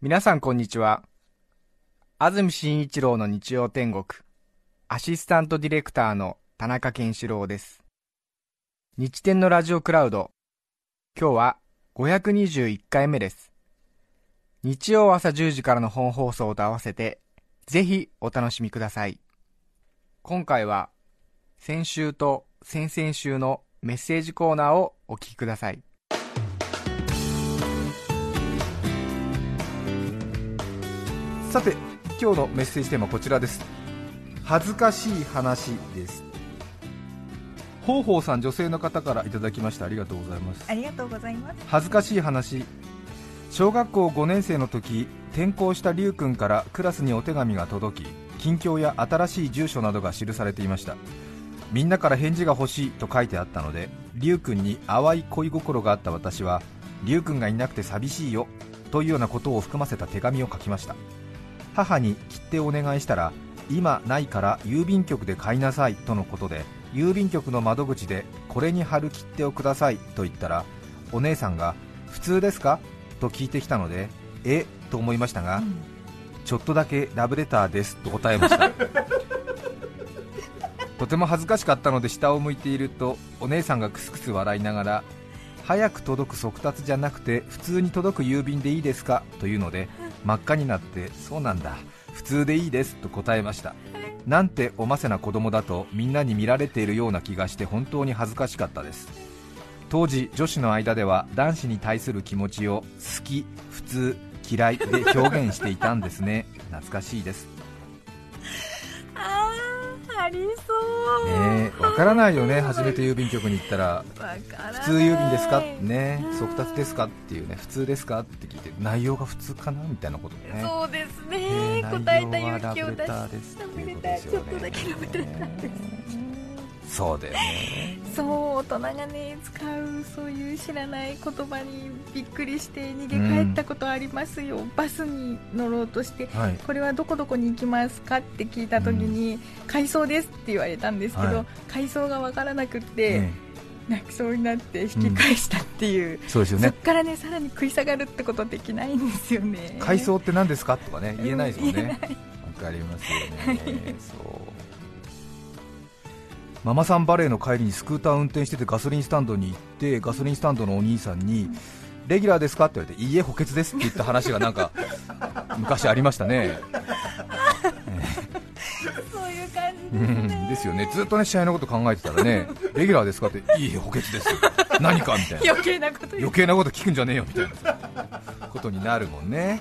皆さんこんにちは。安住紳一郎の日曜天国、アシスタントディレクターの田中健志郎です。日天のラジオクラウド、今日は521回目です。日曜朝10時からの本放送と合わせてぜひお楽しみください。今回は先週と先々週のメッセージコーナーをお聞きください。さて、今日のメッセージテーマはこちらです。恥ずかしい話です。ほうほうさん、女性の方からいただきました。ありがとうございます。 ありがとうございます。 恥ずかしい話。小学校5年生の時、転校したりゅうくんからクラスにお手紙が届き、近況や新しい住所などが記されていました。みんなから返事が欲しいと書いてあったので、りゅうくんに淡い恋心があった私は、りゅうくんがいなくて寂しいよというようなことを含ませた手紙を書きました。母に切手をお願いしたら、今ないから郵便局で買いなさいとのことで、郵便局の窓口でこれに貼る切手をくださいと言ったら、お姉さんが普通ですかと聞いてきたので、と思いましたが、ちょっとだけラブレターですと答えましたとても恥ずかしかったので下を向いていると、お姉さんがクスクス笑いながら、早く届く速達じゃなくて普通に届く郵便でいいですかというので、真っ赤になって、そうなんだ、普通でいいですと答えました。なんておませな子供だとみんなに見られているような気がして本当に恥ずかしかったです。当時女子の間では男子に対する気持ちを好き、普通、嫌いで表現していたんですね。懐かしいです。 ありそうわからないよね。初めて郵便局に行ったら、普通郵便ですかね、速達ですかっていうね、普通ですかって聞いて、内容が普通かなみたいなことでね。 そうですね、答えた勇気を出して、 ラブレターですっていうことですよね。 ちょっとだけラブレターです。 そうだよね。 そう、大人がね使うそういう知らない言葉にびっくりして逃げ帰ったことありますよ。バスに乗ろうとして、これはどこどこに行きますかって聞いた時に、回送ですって言われたんですけど、回送が分からなくって、泣きそうになって引き返したっていう、 そうですよね。 そっからねさらに食い下がるってことできないんですよね。 回送って何ですかとかね、言えないですもんね。わかりますよね。そう、ママさんバレーの帰りにスクーター運転しててガソリンスタンドに行って、ガソリンスタンドのお兄さんに、レギュラーですかって言われて、いいえ補欠ですって言った話がなんか昔ありましたね。 そういう感じですね。 ですよね。ずっとね試合のこと考えてたらね、レギュラーですかって、いいえ補欠です何かみたいな、 余計なこと聞くんじゃねえよみたいなことになるもんね。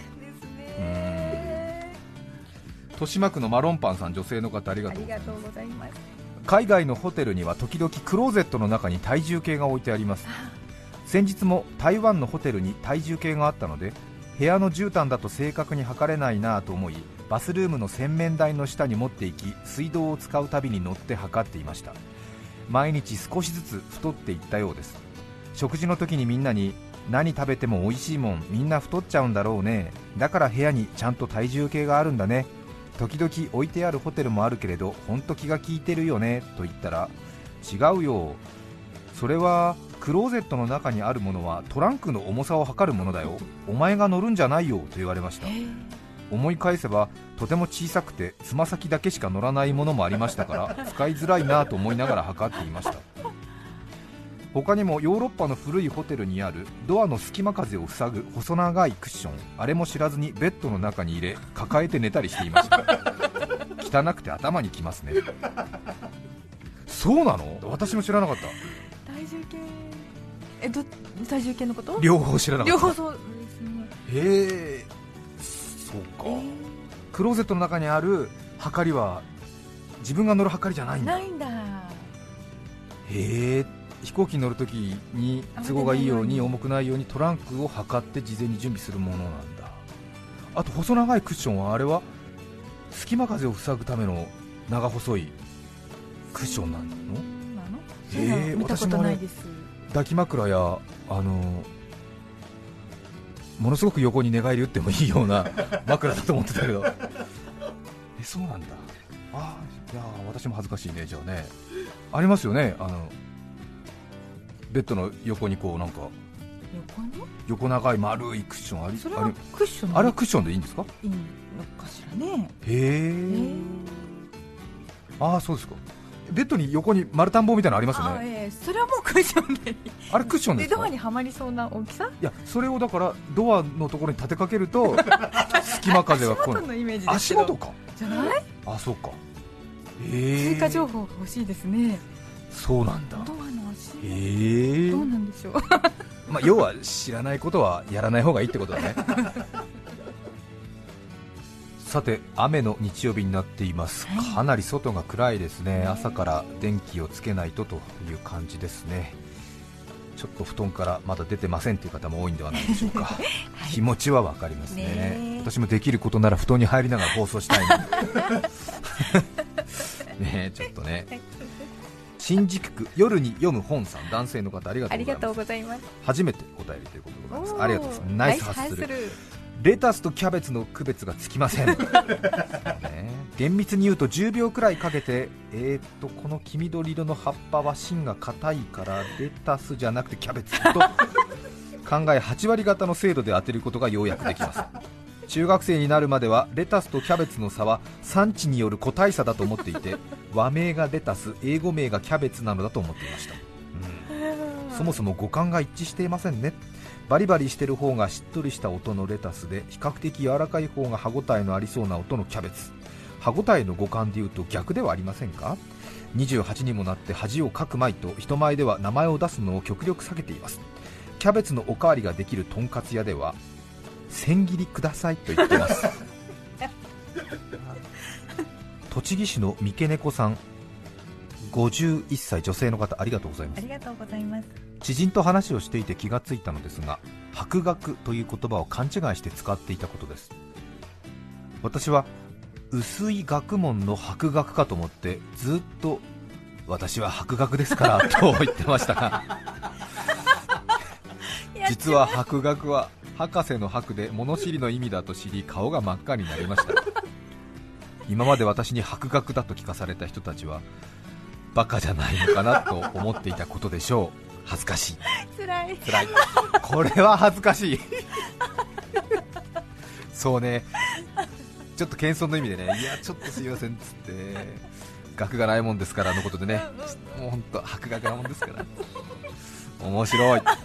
豊島区のマロンパンさん、女性の方、ありがとうございます。海外のホテルには時々クローゼットの中に体重計が置いてあります。先日も台湾のホテルに体重計があったので、部屋の絨毯だと正確に測れないなと思い、バスルームの洗面台の下に持っていき、水道を使うたびに乗って測っていました。毎日少しずつ太っていったようです。食事の時にみんなに、何食べても美味しいもん、みんな太っちゃうんだろうね、だから部屋にちゃんと体重計があるんだね、時々置いてあるホテルもあるけれど本当気が利いてるよねと言ったら、違うよ、それはクローゼットの中にあるものはトランクの重さを測るものだよ、お前が乗るんじゃないよと言われました。思い返せばとても小さくてつま先だけしか乗らないものもありましたから使いづらいなと思いながら測っていました。他にもヨーロッパの古いホテルにあるドアの隙間風を塞ぐ細長いクッション、あれも知らずにベッドの中に入れ抱えて寝たりしていました。汚くて頭にきますね。そうなの？私も知らなかった。 体重計、体重計のこと？ 両方知らなかった。 両方そうですね。 そうか。クローゼットの中にある測りは自分が乗る測りじゃないんだ。 ないんだ。 飛行機に乗るときに都合がいいように重くないようにトランクを測って事前に準備するものなんだ。あと細長いクッションはあれは隙間風を塞ぐための長細いクッションなの？ 見たことないです。 抱き枕やものすごく横に寝返り打ってもいいような枕だと思ってたけどそうなんだ。いや私も恥ずかしいね。じゃあね、ありますよね、ベッドの横にこうなんか横長い丸いクッション。 それはクッション、 あれはクッションでいいんですか？ いいのかしらね。 ああ、そうですか。ベッドに横に丸田んぼみたいなのありますよね。 それはもうクッションであれクッションですか？ ドアにはまりそうな大きさ。 いや、それをだからドアのところに立てかけると隙間風が来る。 足元のイメージですけど。足元かじゃない？ あ、そうか。 追加情報が欲しいですね。 そうなんだ。 ドアの足、どうなんでしょうまあ、要は知らないことはやらない方がいいってことだねさて、雨の日曜日になっています。かなり外が暗いですね。朝から電気をつけないとという感じですね。ちょっと布団からまだ出てませんという方も多いんではないでしょうか、気持ちはわかりますね。私もできることなら布団に入りながら放送したいね。ちょっとね。新宿区夜に読む本さん、男性の方、ありがとうございます。初めてお便りということでございます。ありがとうございます。ナイスハッスル。レタスとキャベツの区別がつきません、ね、厳密に言うと10秒くらいかけて、この黄緑色の葉っぱは芯が硬いからレタスじゃなくてキャベツと考え、8割方の精度で当てることがようやくできます。中学生になるまではレタスとキャベツの差は産地による個体差だと思っていて、和名がレタス、英語名がキャベツなのだと思っていました、そもそも五感が一致していませんね。バリバリしてる方がしっとりした音のレタスで、比較的柔らかい方が歯ごたえのありそうな音のキャベツ。歯ごたえの五感でいうと逆ではありませんか。28にもなって恥をかくまいと人前では名前を出すのを極力避けています。キャベツのおかわりができるとんかつ屋では千切りくださいと言ってます栃木市の三毛猫さん、51歳女性の方、ありがとうございます。 ありがとうございます。 知人と話をしていて気がついたのですが、博学という言葉を勘違いして使っていたことです。私は薄い学問の博学かと思ってずっと私は博学ですからと言ってましたが実は博学は博士の博で物知りの意味だと知り、顔が真っ赤になりました。今まで私に博学だと聞かされた人たちはバカじゃないのかなと思っていたことでしょう。恥ずかしい。 つらい。 これは恥ずかしいそうね、ちょっと謙遜の意味でね、いやちょっとすいませんっつって、学がないもんですからのことでね、もう本当博学なもんですから面白い、も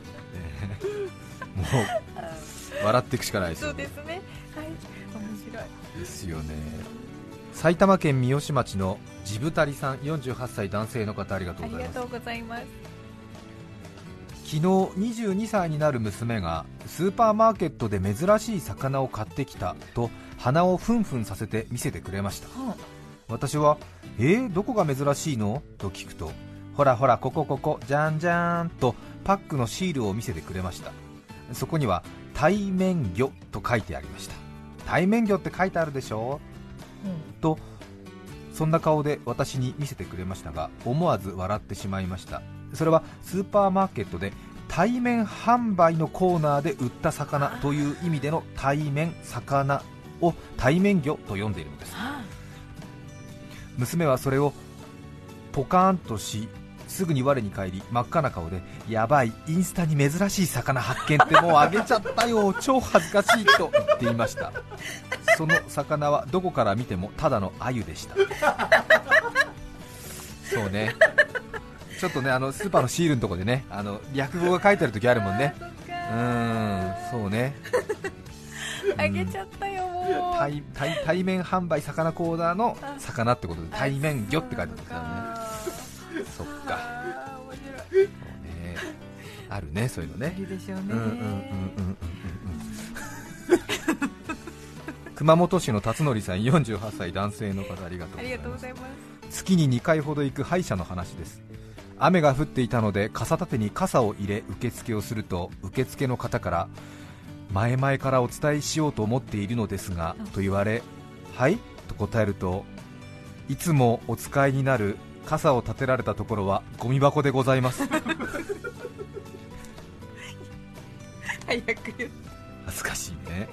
う笑っていくしかないですよ。 そうですね、はい、面白いですよね。埼玉県三芳町のジブタリさん、48歳男性の方、ありがとうございます。 ありがとうございます。 昨日22歳になる娘がスーパーマーケットで珍しい魚を買ってきたと鼻をフンフンさせて見せてくれました、私はどこが珍しいのと聞くと、ほらほらここじゃんじゃーんとパックのシールを見せてくれました。そこには対面魚と書いてありました。対面魚って書いてあるでしょ、とそんな顔で私に見せてくれましたが、思わず笑ってしまいました。それはスーパーマーケットで対面販売のコーナーで売った魚という意味での対面魚を対面魚と呼んでいるのです。娘はそれをポカーンとし、すぐに我に返り真っ赤な顔で、やばい、インスタに珍しい魚発見ってもうあげちゃったよ、超恥ずかしいと言っていました。その魚はどこから見てもただの鮎でした。そうね、ちょっとね、スーパーのシールのところでね、略語が書いてある時あるもんね。そうねあげちゃったよ、もう。 対面販売魚コーナーの魚ってことで対面魚って書いてあるんですよね。そっか、 面白い。 ね、あるね、そういうのね。 いいでしょうね。 熊本市の辰徳さん、48歳男性の方、ありがとうございます。月に2回ほど行く歯医者の話です。雨が降っていたので傘立てに傘を入れ受付をすると、受付の方から前々からお伝えしようと思っているのですがと言われ、はいと答えると、いつもお使いになる傘を立てられたところはゴミ箱でございます早く言う。 恥ずかしいね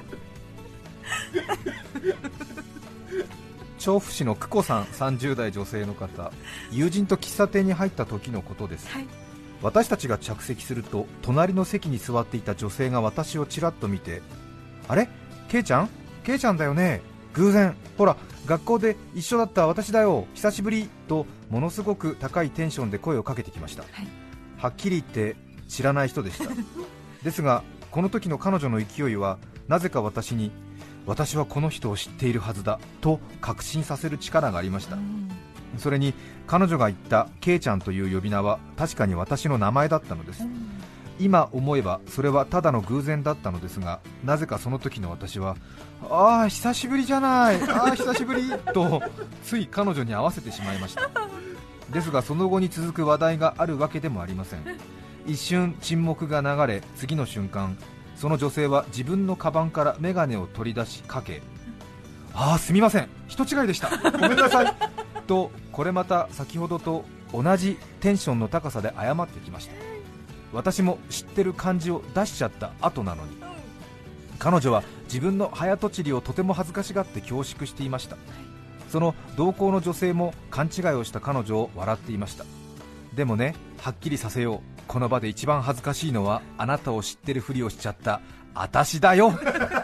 調布市の久子さん、30代女性の方、友人と喫茶店に入った時のことです、 私たちが着席すると、隣の席に座っていた女性が私をちらっと見て、あれ、ケイちゃんだよね、偶然、ほら学校で一緒だった私だよ、久しぶりとものすごく高いテンションで声をかけてきました。はっきり言って知らない人でしたですがこの時の彼女の勢いはなぜか私に、私はこの人を知っているはずだと確信させる力がありました。それに彼女が言ったケイちゃんという呼び名は確かに私の名前だったのです。今思えばそれはただの偶然だったのですが、なぜかその時の私は、ああ久しぶりじゃない、ああ久しぶりとつい彼女に合わせてしまいました。ですがその後に続く話題があるわけでもありません。一瞬沈黙が流れ、次の瞬間、その女性は自分のカバンからメガネを取り出しかけ、ああすみません、人違いでした、ごめんなさいと、これまた先ほどと同じテンションの高さで謝ってきました。私も知ってる感じを出しちゃった後なのに、彼女は自分の早とちりをとても恥ずかしがって恐縮していました。その同行の女性も勘違いをした彼女を笑っていました。でもね、はっきりさせよう、この場で一番恥ずかしいのはあなたを知ってるふりをしちゃった私だよ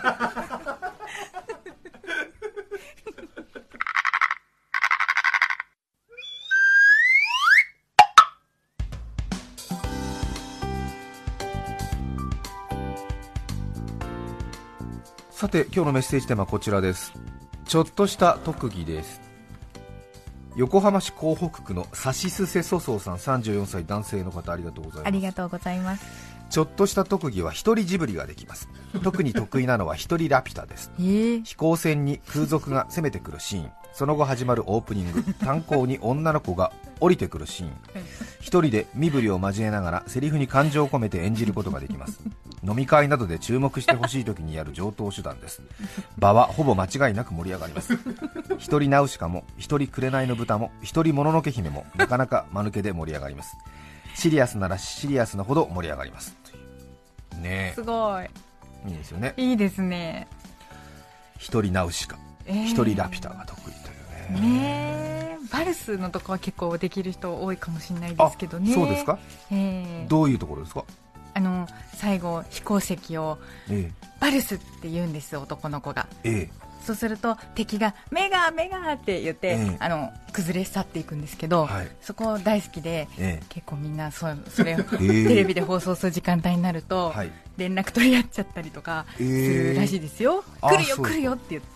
さて今日のメッセージテーマはこちらです。ちょっとした特技です。横浜市港北区のさしすせそそうさん、34歳男性の方、ありがとうございます。 ありがとうございます。 ちょっとした特技は一人ジブリができます。特に得意なのは一人ラピュタです。飛行船に空賊が攻めてくるシーン、その後始まるオープニング、炭鉱に女の子が降りてくるシーン、一人で身振りを交えながらセリフに感情を込めて演じることができます。飲み会などで注目してほしい時にやる常套手段です。場はほぼ間違いなく盛り上がります。一人ナウシカも一人紅の豚も一人もののけ姫もなかなか間抜けで盛り上がります。シリアスならシリアスなほど盛り上がりますね。 すごいいいですよね。 いいですね。 一人ナウシカ、一人ラピュタが得意というね。 バルスのとこは結構できる人多いかもしれないですけどね。 そうですか、どういうところですか。 最後飛行石をバルスって言うんです、男の子が。そうすると敵がメガメガって言って、崩れ去っていくんですけど、そこ大好きで、結構みんなそれをテレビで放送する時間帯になると、連絡取り合っちゃったりとかするらしいですよ。来るよ来るよって言って。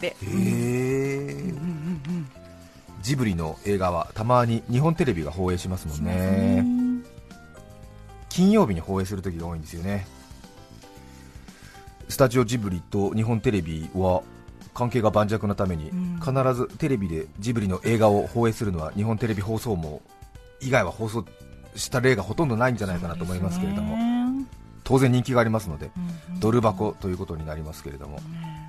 ジブリの映画はたまに日本テレビが放映しますもんね。金曜日に放映する時が多いんですよね。スタジオジブリと日本テレビは関係が盤石なために、必ずテレビでジブリの映画を放映するのは日本テレビ放送網以外は放送した例がほとんどないんじゃないかなと思いますけれども、当然人気がありますので、ドル箱ということになりますけれども、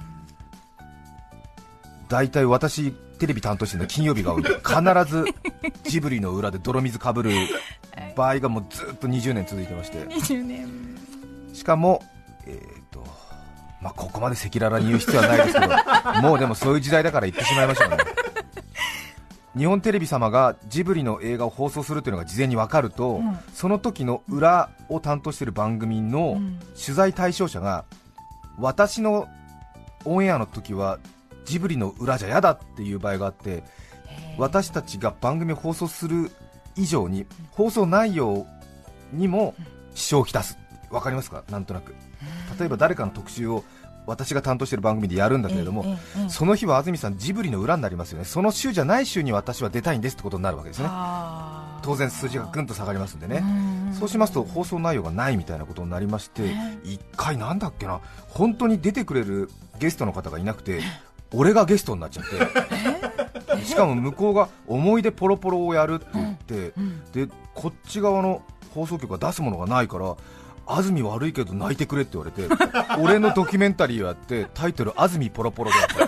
だいたい私テレビ担当してるのは金曜日が多いので、必ずジブリの裏で泥水かぶる場合がもうずっと20年続いてまして、 20年しかもここまで赤裸々に言う必要はないですけどもうでもそういう時代だから言ってしまいましょうね。日本テレビ様がジブリの映画を放送するというのが事前に分かると、その時の裏を担当している番組の取材対象者が、私のオンエアの時はジブリの裏じゃ嫌だっていう場合があって、私たちが番組を放送する以上に放送内容にも支障をきたす。分かりますか。なんとなく例えば誰かの特集を私が担当している番組でやるんだけれども、その日は安住さんジブリの裏になりますよね。その週じゃない週に私は出たいんですってことになるわけですね。当然数字がぐんと下がりますんでね。そうしますと放送内容がないみたいなことになりまして、一回なんだっけな、本当に出てくれるゲストの方がいなくて、俺がゲストになっちゃってしかも向こうが思い出ポロポロをやるって言って、でこっち側の放送局が出すものがないから、安住悪いけど泣いてくれって言われて俺のドキュメンタリーをやって、タイトル安住ポロポロでやった。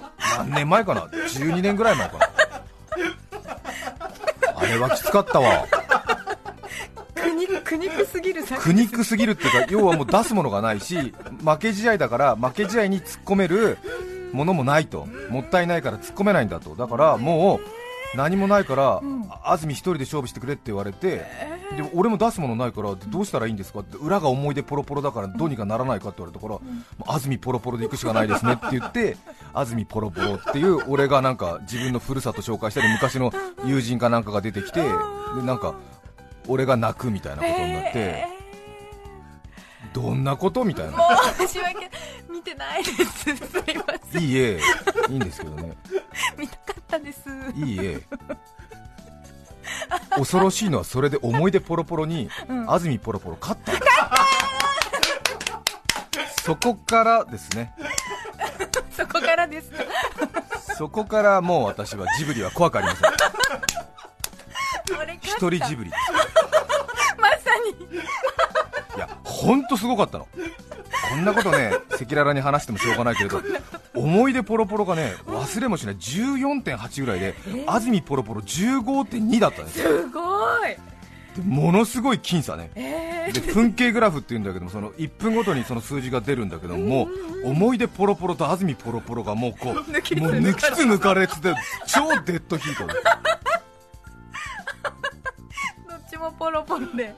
何年前かな、12年ぐらい前かな。あれはきつかったわ。 苦肉すぎる苦肉すぎるっていうか、要はもう出すものがないし、負け試合だから負け試合に突っ込めるものもないと、もったいないから突っ込めないんだと。だからもう何もないから、安住一人で勝負してくれって言われて、でも俺も出すものないからどうしたらいいんですかって、裏が思い出ポロポロだからどうにかならないかって言われたから、安住ポロポロで行くしかないですねって言って、安住ポロポロっていう俺がなんか自分のふるさと紹介したり、昔の友人かなんかが出てきて、でなんか俺が泣くみたいなことになって、どんなことみたいな。 もう申し訳見てないです、すいません。 いいんですけどね。 見たかったです。 いい恐ろしいのはそれで思い出ポロポロに、安住ポロポロ勝ったんです。そこからですね。 そこからですか。 そこからもう私はジブリは怖くありません。一人ジブリですまさに。 いやほんとすごかったの。こんなことね赤裸々に話してもしょうがないけれど、思い出ポロポロがね忘れもしない 14.8 ぐらいで、安住ポロポロ 15.2 だったんですよ。 すごい。 でものすごい僅差ね、で分経グラフっていうんだけども、その1分ごとにその数字が出るんだけども、思い出ポロポロと安住ポロポロがもうこう抜きつ抜かれつで超デッドヒートでどっちもポロポロで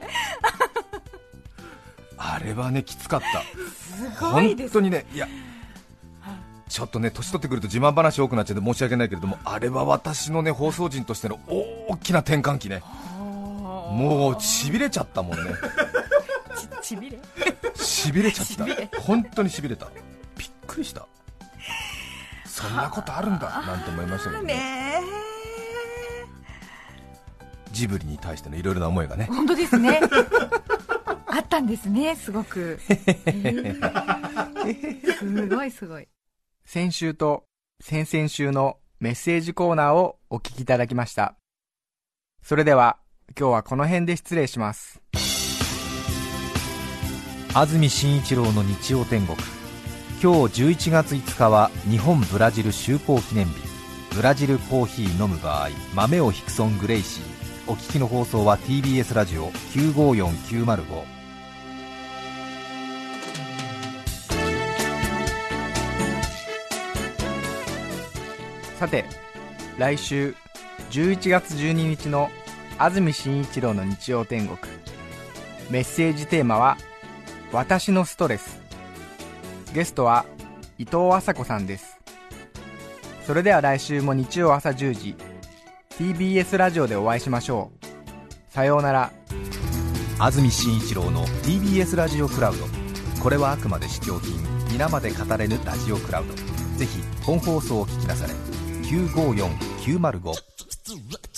あれはねきつかった。 すごいです。 本当にね、いやちょっとね年取ってくると自慢話多くなっちゃって申し訳ないけれども、あれは私のね放送人としての大きな転換期ね。もうしびれちゃったもんね。しびれちゃった。本当にしびれた。びっくりした。そんなことあるんだなんて思いましたけどね。ジブリに対してのいろいろな思いがね。 本当ですね。あったんですね、すごく。すごいすごい。 先週と先々週のメッセージコーナーをお聞きいただきました。それでは今日はこの辺で失礼します。 安住紳一郎の日曜天国。今日11月5日は日本ブラジル修好記念日。ブラジルコーヒー飲む場合、豆をヒクソングレイシー。お聞きの放送は TBS ラジオ954905。 さて、来週11月12日の安住紳一郎の日曜天国、メッセージテーマは私のストレス。ゲストは伊藤麻子さんです。それでは来週も日曜朝10時 TBS ラジオでお会いしましょう。さようなら。 安住紳一郎の TBS ラジオクラウド。これはあくまで試供品、皆まで語れぬラジオクラウド。ぜひ本放送を聞きなされ。954905